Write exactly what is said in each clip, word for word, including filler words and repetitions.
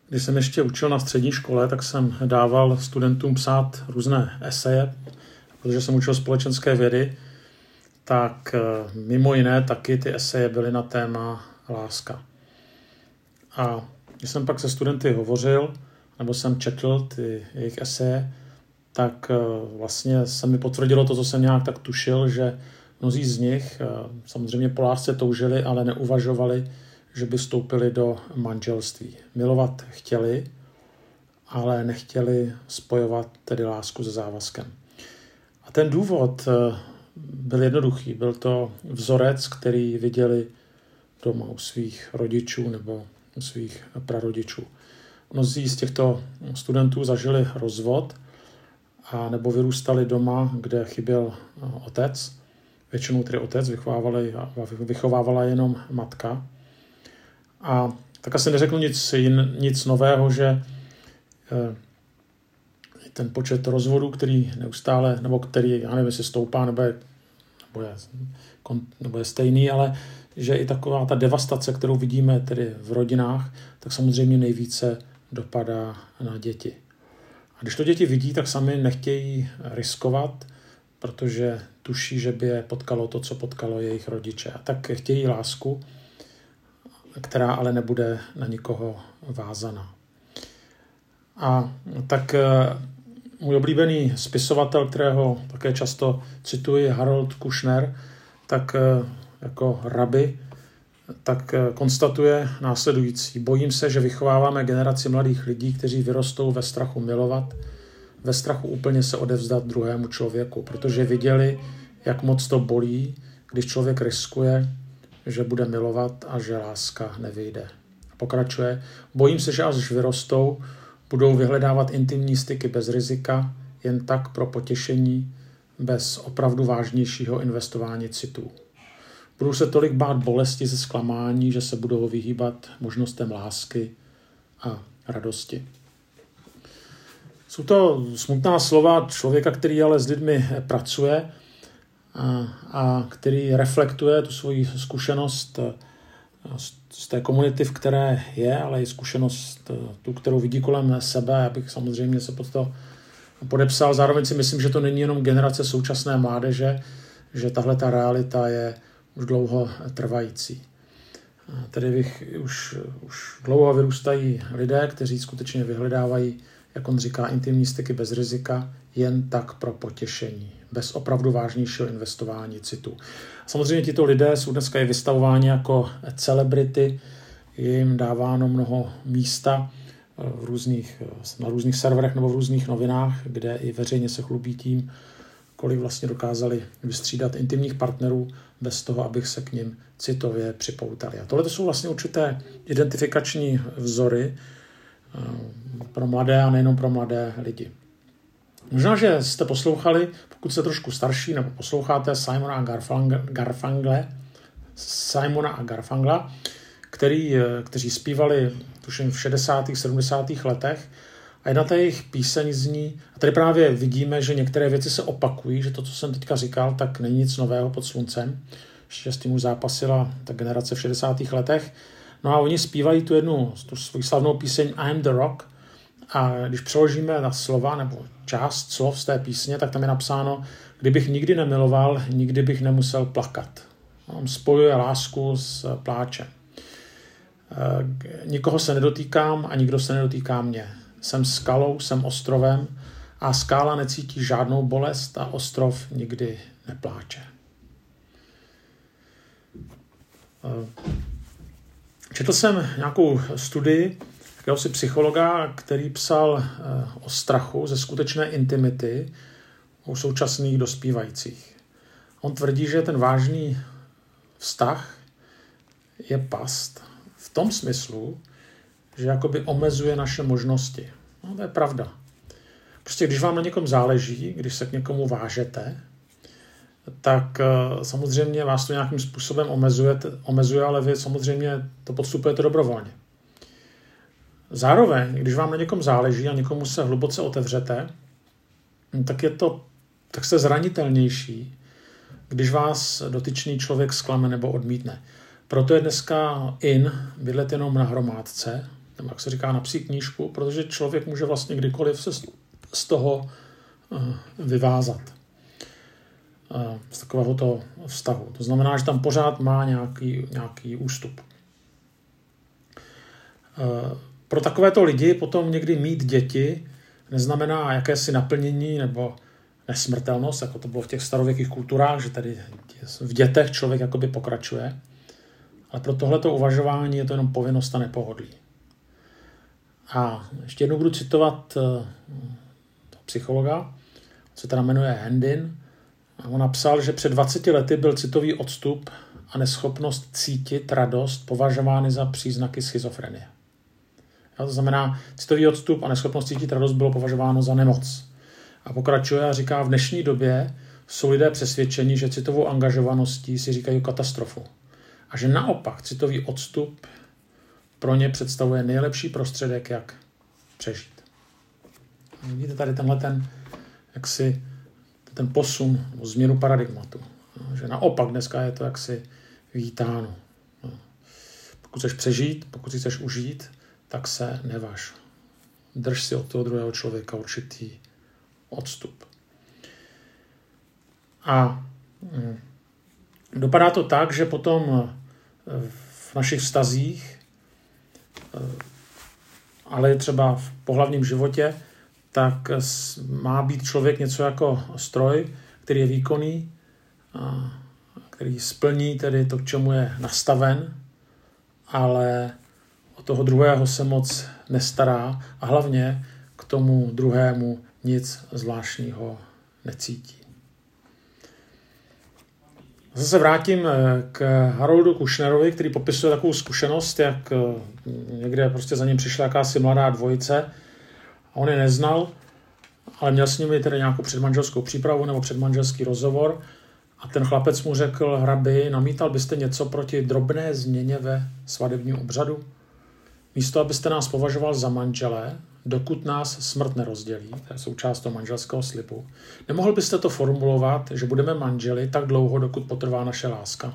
Když jsem ještě učil na střední škole, tak jsem dával studentům psát různé eseje, protože jsem učil společenské vědy, tak mimo jiné taky ty eseje byly na téma láska. A když jsem pak se studenty hovořil, nebo jsem četl ty jejich eseje, tak vlastně se mi potvrdilo to, co jsem nějak tak tušil, že mnozí z nich samozřejmě po lásce toužili, ale neuvažovali, že by vstoupili do manželství. Milovat chtěli, ale nechtěli spojovat tedy lásku se závazkem. A ten důvod byl jednoduchý. Byl to vzorec, který viděli doma u svých rodičů nebo u svých prarodičů. Mnozí z těchto studentů zažili rozvod a nebo vyrůstali doma, kde chyběl otec. Většinou tedy otec vychovávala jenom matka. A tak asi neřeknu nic, jin, nic nového, že ten počet rozvodů, který neustále, nebo který, já nevím, jestli stoupá, nebo je, nebo je, nebo je stejný, ale že i taková ta devastace, kterou vidíme tedy v rodinách, tak samozřejmě nejvíce dopadá na děti. A když to děti vidí, tak sami nechtějí riskovat, protože tuší, že by je potkalo to, co potkalo jejich rodiče. A tak chtějí lásku, která ale nebude na nikoho vázaná. A tak můj oblíbený spisovatel, kterého také často cituji, Harold Kushner, tak jako rabi, tak konstatuje následující. Bojím se, že vychováváme generaci mladých lidí, kteří vyrostou ve strachu milovat, ve strachu úplně se odevzdat druhému člověku, protože viděli, jak moc to bolí, když člověk riskuje, že bude milovat a že láska nevyjde. Pokračuje. Bojím se, že až vyrostou, budou vyhledávat intimní styky bez rizika, jen tak pro potěšení, bez opravdu vážnějšího investování citů. Budou se tolik bát bolesti ze zklamání, že se budou vyhýbat možnostem lásky a radosti. Jsou to smutná slova člověka, který ale s lidmi pracuje a, a který reflektuje tu svoji zkušenost z té komunity, v které je, ale i zkušenost tu, kterou vidí kolem sebe. Já bych samozřejmě se pod to podepsal. Zároveň si myslím, že to není jenom generace současné mládeže, že tahle ta realita je už dlouho trvající. Tedy bych, už, už dlouho vyrůstají lidé, kteří skutečně vyhledávají, jak on říká, intimní styky bez rizika, jen tak pro potěšení, bez opravdu vážnějšího investování citu. Samozřejmě tito lidé jsou dneska i vystavováni jako celebrity, je jim dáváno mnoho místa v různých, na různých serverech nebo v různých novinách, kde i veřejně se chlubí tím, kolik vlastně dokázali vystřídat intimních partnerů bez toho, abych se k nim citově připoutali. A tohle to jsou vlastně určité identifikační vzory pro mladé a nejenom pro mladé lidi. Možná, že jste poslouchali, pokud jste trošku starší, nebo posloucháte Simona a Garfungle, Simona a Garfungla, který, kteří zpívali tuším v šedesátých sedmdesátých letech a jedna ta jejich píseň zní, a tady právě vidíme, že některé věci se opakují, že to, co jsem teďka říkal, tak není nic nového pod sluncem. Ještě s tím už zápasila ta generace v šedesátých letech. No a oni zpívají tu jednu, tu svou slavnou píseň I'm the Rock a když přeložíme na slova nebo část slov z té písně, tak tam je napsáno, kdybych nikdy nemiloval, nikdy bych nemusel plakat. On spojuje lásku s pláčem. Nikoho se nedotýkám a nikdo se nedotýká mě. Jsem skalou, jsem ostrovem a skála necítí žádnou bolest a ostrov nikdy nepláče. Četl jsem nějakou studii jakéhosi psychologa, který psal o strachu ze skutečné intimity u současných dospívajících. On tvrdí, že ten vážný vztah je past v tom smyslu, že jakoby omezuje naše možnosti. No, to je pravda. Prostě když vám na někom záleží, když se k někomu vážete, tak samozřejmě vás to nějakým způsobem omezuje, omezuje, ale vy samozřejmě to podstupujete dobrovolně. Zároveň, když vám na někom záleží a někomu se hluboce otevřete, tak je to, tak jste zranitelnější, když vás dotyčný člověk zklame nebo odmítne. Proto je dneska in bydlet jenom na hromádce, nebo jak se říká, na psí knížku, protože člověk může vlastně kdykoliv se z toho vyvázat. Z takového toho vztahu. To znamená, že tam pořád má nějaký, nějaký ústup. Pro takovéto lidi potom někdy mít děti neznamená jakési naplnění nebo nesmrtelnost, jako to bylo v těch starověkých kulturách, že tady v dětech člověk jakoby pokračuje. Ale pro tohleto uvažování je to jenom povinnost a nepohodlí. A ještě jednou budu citovat psychologa, co teda jmenuje Hendin. On napsal, že před dvaceti lety byl citový odstup a neschopnost cítit radost považovány za příznaky schizofrenie. To znamená, citový odstup a neschopnost cítit radost bylo považováno za nemoc. A pokračuje a říká, v dnešní době jsou lidé přesvědčeni, že citovou angažovaností si říkají katastrofu. A že naopak citový odstup pro ně představuje nejlepší prostředek, jak přežít. A vidíte tady tenhle ten, jaksi, ten posun, změnu paradigmatu. Že naopak dneska je to jaksi vítáno. Pokud chceš přežít, pokud si chceš užít, tak se neváž. Drž si od toho druhého člověka určitý odstup. A dopadá to tak, že potom v našich vztazích, ale třeba v pohlavním životě, tak má být člověk něco jako stroj, který je výkonný, který splní tedy to, k čemu je nastaven, ale o toho druhého se moc nestará a hlavně k tomu druhému nic zvláštního necítí. Zase se vrátím k Haroldu Kushnerovi, který popisuje takovou zkušenost, jak někde prostě za ním přišla jakási mladá dvojice a on je neznal, ale měl s nimi tedy nějakou předmanželskou přípravu nebo předmanželský rozhovor a ten chlapec mu řekl, hrabi, namítal byste něco proti drobné změně ve svatebním obřadu? Místo, abyste nás považoval za manželé, dokud nás smrt nerozdělí, to je součást toho manželského slibu, nemohl byste to formulovat, že budeme manželi tak dlouho, dokud potrvá naše láska?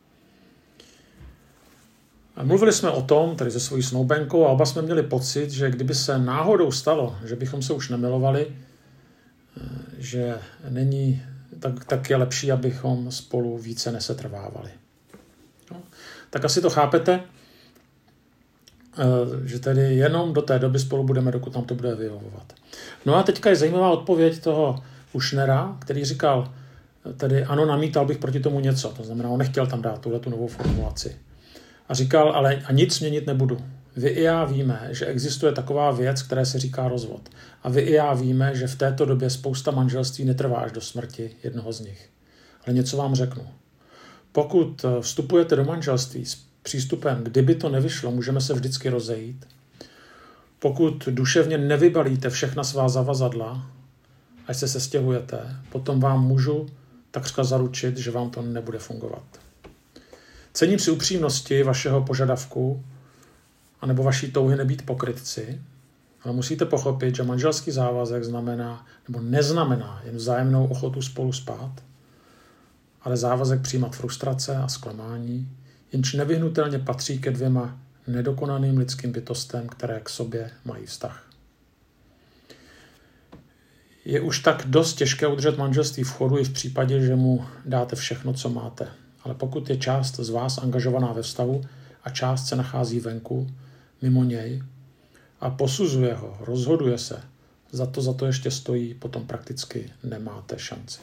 A mluvili jsme o tom, tedy se svojí snoubenkou, a oba jsme měli pocit, že kdyby se náhodou stalo, že bychom se už nemilovali, že není, tak, tak je lepší, abychom spolu více nesetrvávali. No, tak asi to chápete, že tedy jenom do té doby spolu budeme, dokud nám to bude vyhovovat. No a teďka je zajímavá odpověď toho Kushnera, který říkal, tedy ano, namítal bych proti tomu něco, to znamená, on nechtěl tam dát tuhletu novou formulaci. A říkal, ale a nic měnit nebudu. Vy i já víme, že existuje taková věc, které se říká rozvod. A vy i já víme, že v této době spousta manželství netrvá až do smrti jednoho z nich. Ale něco vám řeknu. Pokud vstupujete do manželství s přístupem, kdyby to nevyšlo, můžeme se vždycky rozejít. Pokud duševně nevybalíte všechna svá zavazadla, až se sestěhujete, potom vám můžu takřka zaručit, že vám to nebude fungovat. Cením si upřímnosti vašeho požadavku anebo vaší touhy nebýt pokrytci, ale musíte pochopit, že manželský závazek znamená nebo neznamená jen vzájemnou ochotu spolu spát, ale závazek přijímat frustrace a zklamání, jenž nevyhnutelně patří ke dvěma nedokonaným lidským bytostem, které k sobě mají vztah. Je už tak dost těžké udržet manželství v chodu i v případě, že mu dáte všechno, co máte. Ale pokud je část z vás angažovaná ve vztahu a část se nachází venku, mimo něj, a posuzuje ho, rozhoduje se, za to za to ještě stojí, potom prakticky nemáte šanci.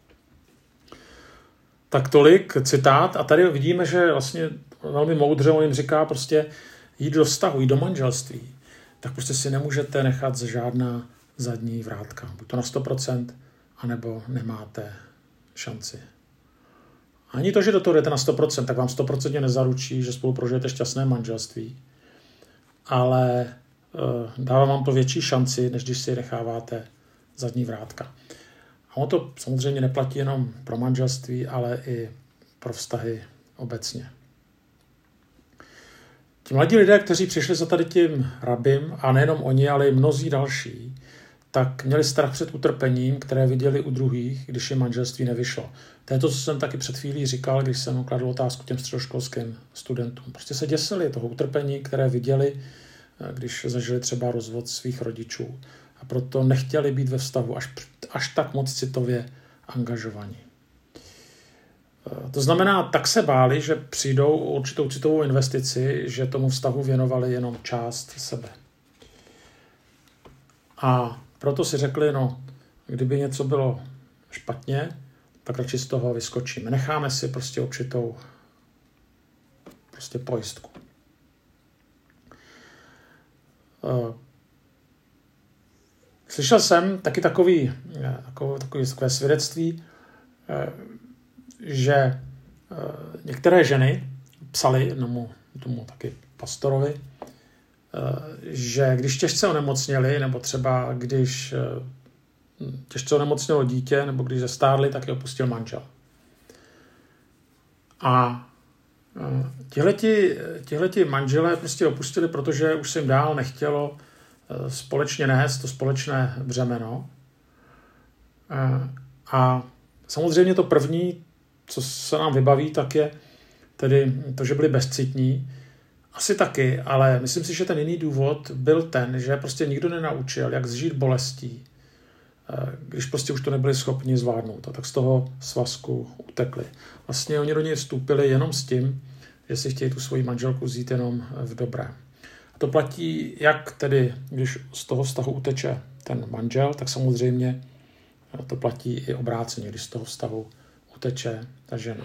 Tak tolik citát a tady vidíme, že vlastně velmi moudře on jim říká prostě jít do vztahu, jít do manželství, tak prostě si nemůžete nechat žádná zadní vrátka. Buď to na sto procent, anebo nemáte šanci. Ani to, že do toho jdete na sto procent, tak vám sto procent nezaručí, že spolu prožijete šťastné manželství, ale uh, dává vám to větší šanci, než když si necháváte zadní vrátka. A ono to samozřejmě neplatí jenom pro manželství, ale i pro vztahy obecně. Ti mladí lidé, kteří přišli za tady tím rabím, a nejenom oni, ale i mnozí další, tak měli strach před utrpením, které viděli u druhých, když jim manželství nevyšlo. To je to, co jsem taky před chvílí říkal, když jsem kladl otázku těm středoškolským studentům. Prostě se děsili toho utrpení, které viděli když zažili třeba rozvod svých rodičů. A proto nechtěli být ve vztahu až, až tak moc citově angažovaní. To znamená, tak se báli, že přijdou určitou citovou investici, že tomu vztahu věnovali jenom část sebe. A proto si řekli, no, kdyby něco bylo špatně, tak radši z toho vyskočíme. Necháme si prostě určitou prostě pojistku. Slyšel jsem taky takový, takové, takové svědectví, že některé ženy psaly jednomu tomu taky pastorovi, že když těžce onemocněli, nebo třeba když těžce onemocnělo dítě, nebo když zestárli, tak je opustil manžel. A tihleti, tihleti manželé prostě opustili, protože už se jim dál nechtělo společně nést to společné břemeno. A samozřejmě to první, co se nám vybaví, tak je tedy to, že byli bezcitní. Asi taky, ale myslím si, že ten jiný důvod byl ten, že prostě nikdo nenaučil, jak zžít bolestí, když prostě už to nebyli schopni zvládnout. A tak z toho svazku utekli. Vlastně oni do něj vstoupili jenom s tím, že si chtějí tu svoji manželku vzít jenom v dobrém. A to platí jak tedy, když z toho vztahu uteče ten manžel, tak samozřejmě to platí i obráceně, když z toho vztahu uteče ta žena.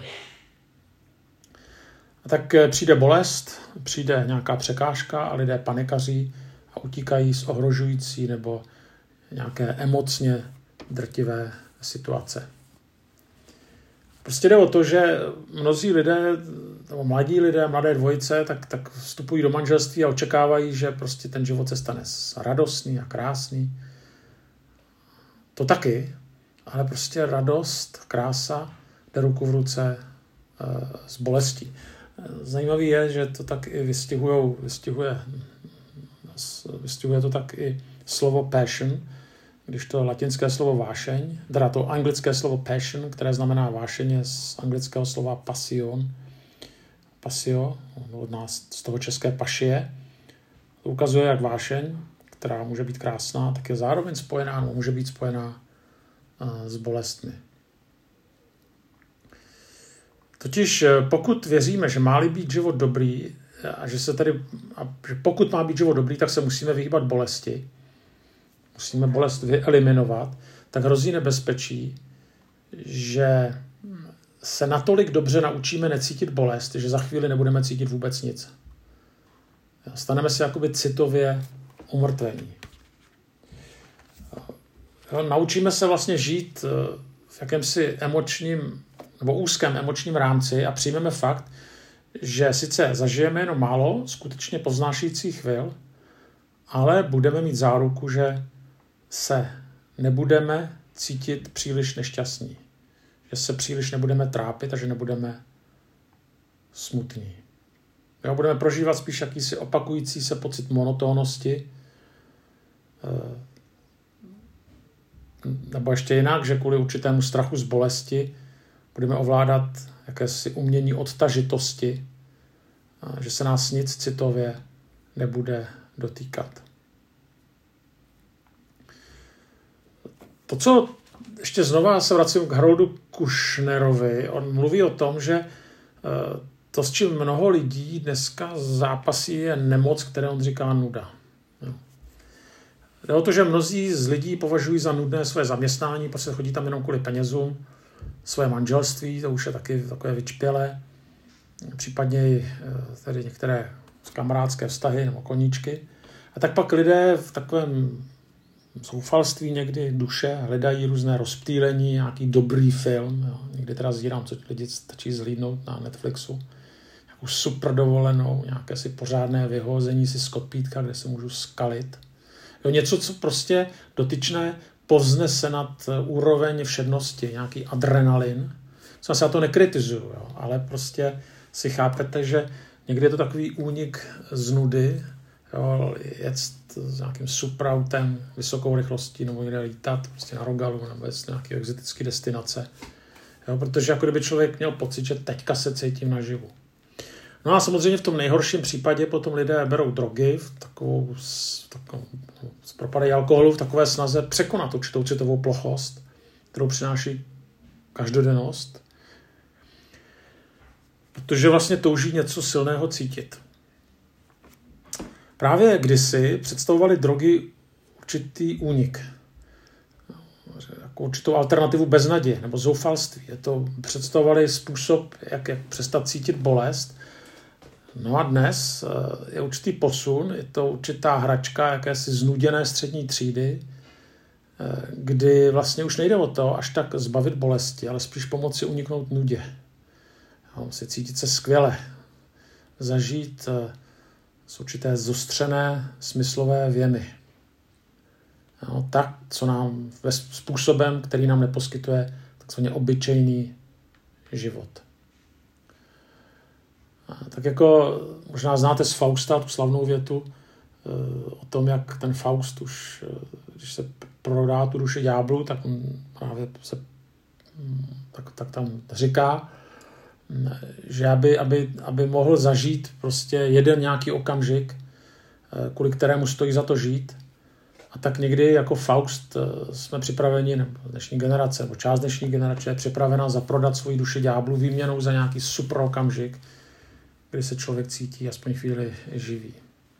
A tak přijde bolest, přijde nějaká překážka a lidé panikaří a utíkají z ohrožující nebo nějaké emocně drtivé situace. Prostě jde o to, že mnozí lidé, nebo mladí lidé, mladé dvojice, tak, tak vstupují do manželství a očekávají, že prostě ten život se stane radostný a krásný. To taky, ale prostě radost, krása jde ruku v ruce e, s bolestí. Zajímavý je, že to tak i vystihujou, vystihuje, vystihuje to tak i slovo passion, když to latinské slovo vášeň, teda to anglické slovo passion, které znamená vášeň, je z anglického slova passion, pasio, od nás z toho české pašie. To ukazuje, jak vášeň, která může být krásná, tak je zároveň spojená, nebo může být spojená s bolestmi. Totiž pokud věříme, že má-li být život dobrý, a že se tedy, a že pokud má být život dobrý, tak se musíme vyhýbat bolesti, musíme bolest vyeliminovat, tak hrozí nebezpečí, že se natolik dobře naučíme necítit bolest, že za chvíli nebudeme cítit vůbec nic. Staneme se jakoby citově umrtvení. Naučíme se vlastně žít v jakémsi emočním nebo úzkém emočním rámci a přijmeme fakt, že sice zažijeme jenom málo skutečně poznášejících chvil, ale budeme mít záruku, že se nebudeme cítit příliš nešťastní. Že se příliš nebudeme trápit a že nebudeme smutní. Jo, budeme prožívat spíš jakýsi opakující se pocit monotónnosti, nebo ještě jinak, že kvůli určitému strachu z bolesti budeme ovládat jakési umění odtažitosti, že se nás nic citově nebude dotýkat. To, co ještě znova se vracím k Haroldu Kushnerovi, on mluví o tom, že to, s čím mnoho lidí dneska zápasí, je nemoc, které on říká nuda. Jde o to, že mnozí z lidí považují za nudné své zaměstnání, protože chodí tam jenom kvůli penězům, své manželství, to už je taky takové vyčpělé, případně i tedy některé kamarádské vztahy nebo koníčky. A tak pak lidé v takovém zoufalství někdy duše hledají různé rozptýlení, nějaký dobrý film. Jo. Někdy teda zírám, co lidi stačí zhlídnout na Netflixu. Nějakou super dovolenou, nějaké si pořádné vyhození si z kopítka, kde se můžu skalit. Jo, něco, co prostě dotyčné povznese nad úroveň všednosti, nějaký adrenalin. Co se já to nekritizuju, jo, ale prostě si chápete, že někdy je to takový únik z nudy, jo, jet s nějakým superautem, vysokou rychlostí, nebo někde lítat prostě na Rogalu, nebo jet nějaké exotické destinace. Jo, protože jako kdyby člověk měl pocit, že teďka se cítím naživu. No a samozřejmě v tom nejhorším případě potom lidé berou drogy, v takovou, takovou propadají alkoholu v takové snaze překonat určitou citovou plochost, kterou přináší každodennost, protože vlastně touží něco silného cítit. Právě kdysi představovaly drogy určitý únik, jako určitou alternativu beznaděje nebo zoufalství. Je to představovali způsob, jak, jak přestat cítit bolest. No a dnes je určitý posun, je to určitá hračka jakési znuděné střední třídy, kdy vlastně už nejde o to až tak zbavit bolesti, ale spíš pomoci uniknout nudě. Si cítit se skvěle, zažít z určité zostřené smyslové věmy. No, tak, co nám ve způsobem, který nám neposkytuje takzvaně obyčejný život. A tak jako možná znáte z Fausta tu slavnou větu o tom, jak ten Faust už, když se prodá tu duši ďáblu, tak on právě se tak, tak tam říká, že aby, aby, aby mohl zažít prostě jeden nějaký okamžik, kvůli kterému stojí za to žít. A tak někdy jako Faust jsme připraveni, nebo dnešní generace, nebo část dnešní generace je připravena zaprodat svoji duši ďáblu výměnou za nějaký super okamžik, kdy se člověk cítí aspoň chvíli živý.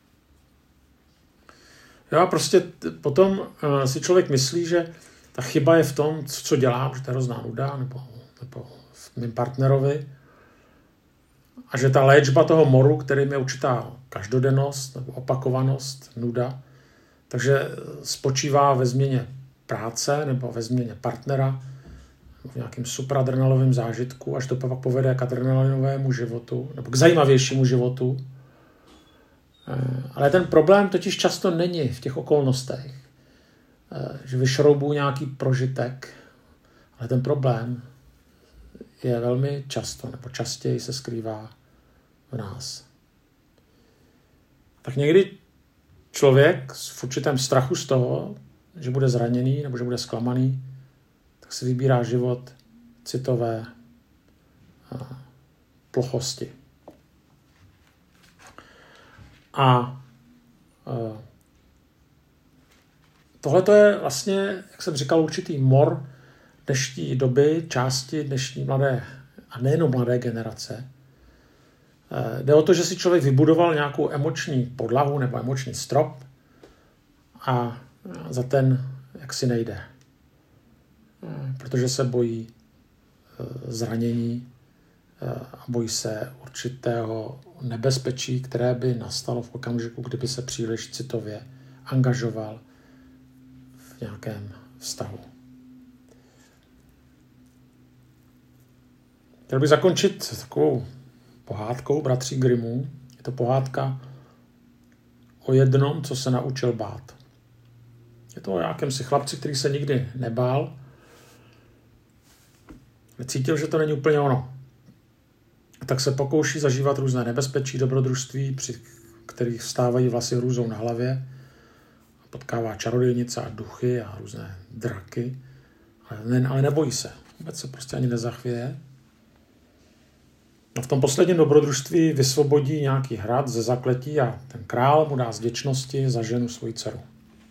Jo a prostě potom si člověk myslí, že ta chyba je v tom, co dělám, že to je hrozná nuda, nebo, nebo v mým partnerovi, a že ta léčba toho moru, kterým je určitá každodennost nebo opakovanost, nuda, takže spočívá ve změně práce nebo ve změně partnera, v nějakým supradrenalinovém zážitku, až to pak povede k adrenalinovému životu nebo k zajímavějšímu životu. Ale ten problém totiž často není v těch okolnostech, že vyšroubují nějaký prožitek, ale ten problém je velmi často nebo častěji se skrývá v nás. Tak někdy člověk v určitém strachu z toho, že bude zraněný nebo že bude zklamaný, tak si vybírá život citové plochosti. A tohle to je vlastně, jak jsem říkal, určitý mor dnešní doby, části dnešní mladé, a nejenom mladé generace. Jde o to, že si člověk vybudoval nějakou emoční podlahu nebo emoční strop a za ten jaksi nejde. Protože se bojí zranění a bojí se určitého nebezpečí, které by nastalo v okamžiku, kdyby se příliš citově angažoval v nějakém vztahu. Chtěl bych zakončit takovou pohádkou bratří Grimmů. Je to pohádka o jednom, co se naučil bát. Je to o jakémsi chlapci, který se nikdy nebál, cítil, že to není úplně ono. Tak se pokouší zažívat různé nebezpečí, dobrodružství, při kterých vstávají vlasy hrůzou na hlavě. Potkává čarodějnice a duchy a různé draky, ale, ne, ale nebojí se. Vůbec se prostě ani nezachvěje. A v tom posledním dobrodružství vysvobodí nějaký hrad ze zakletí a ten král mu dá z vděčnosti za ženu svoji dceru.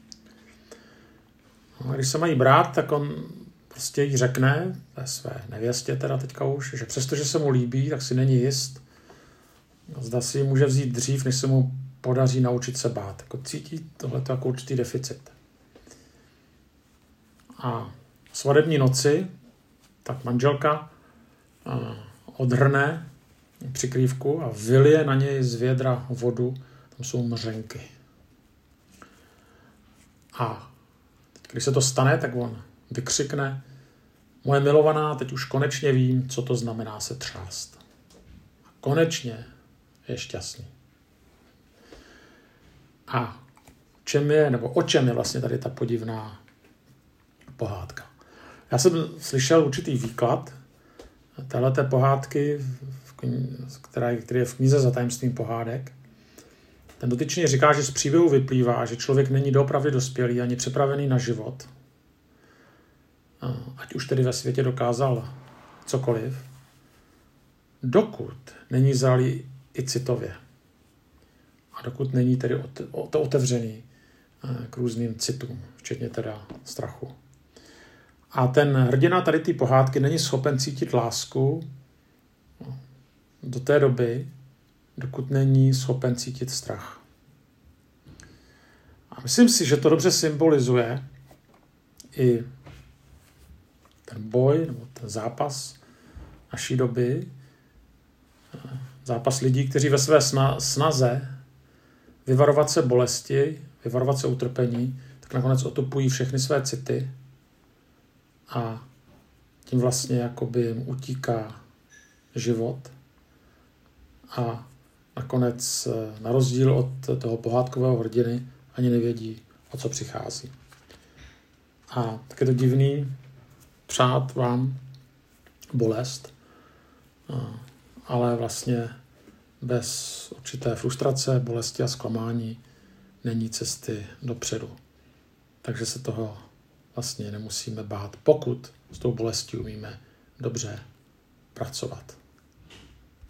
No a když se mají brát, tak on prostě jí řekne ve své nevěstě teda teďka už, že přestože se mu líbí, tak si není jist. Zda si ji může vzít dřív, než se mu podaří naučit se bát. Jako cítí tohleto jako určitý deficit. A svadební noci tak manželka odhrne přikrývku a vylije na něj z vědra vodu. Tam jsou mřenky. A když se to stane, tak on vykřikne: moje milovaná, teď už konečně vím, co to znamená se třást. A konečně je šťastný. A čem je, nebo o čem je vlastně tady ta podivná pohádka? Já jsem slyšel určitý výklad téhleté pohádky, která, který je v knize Za tajemstvím pohádek. Ten dotyčný říká, že z příběhu vyplývá, že člověk není doopravdy dospělý ani připravený na život. Ať už tedy ve světě dokázal cokoliv, dokud není zralý i citově. A dokud není tedy to otevřený k různým citům, včetně teda strachu. A ten hrdina tady ty pohádky není schopen cítit lásku do té doby, dokud není schopen cítit strach. A myslím si, že to dobře symbolizuje i ten boj, nebo ten zápas naší doby, zápas lidí, kteří ve své snaze vyvarovat se bolesti, vyvarovat se utrpení, tak nakonec otupují všechny své city a tím vlastně jakoby jim utíká život a nakonec na rozdíl od toho pohádkového hrdiny ani nevědí, o co přichází. A tak je to divný přát vám bolest, ale vlastně bez určité frustrace, bolesti a zklamání není cesty dopředu. Takže se toho vlastně nemusíme bát, pokud s tou bolestí umíme dobře pracovat.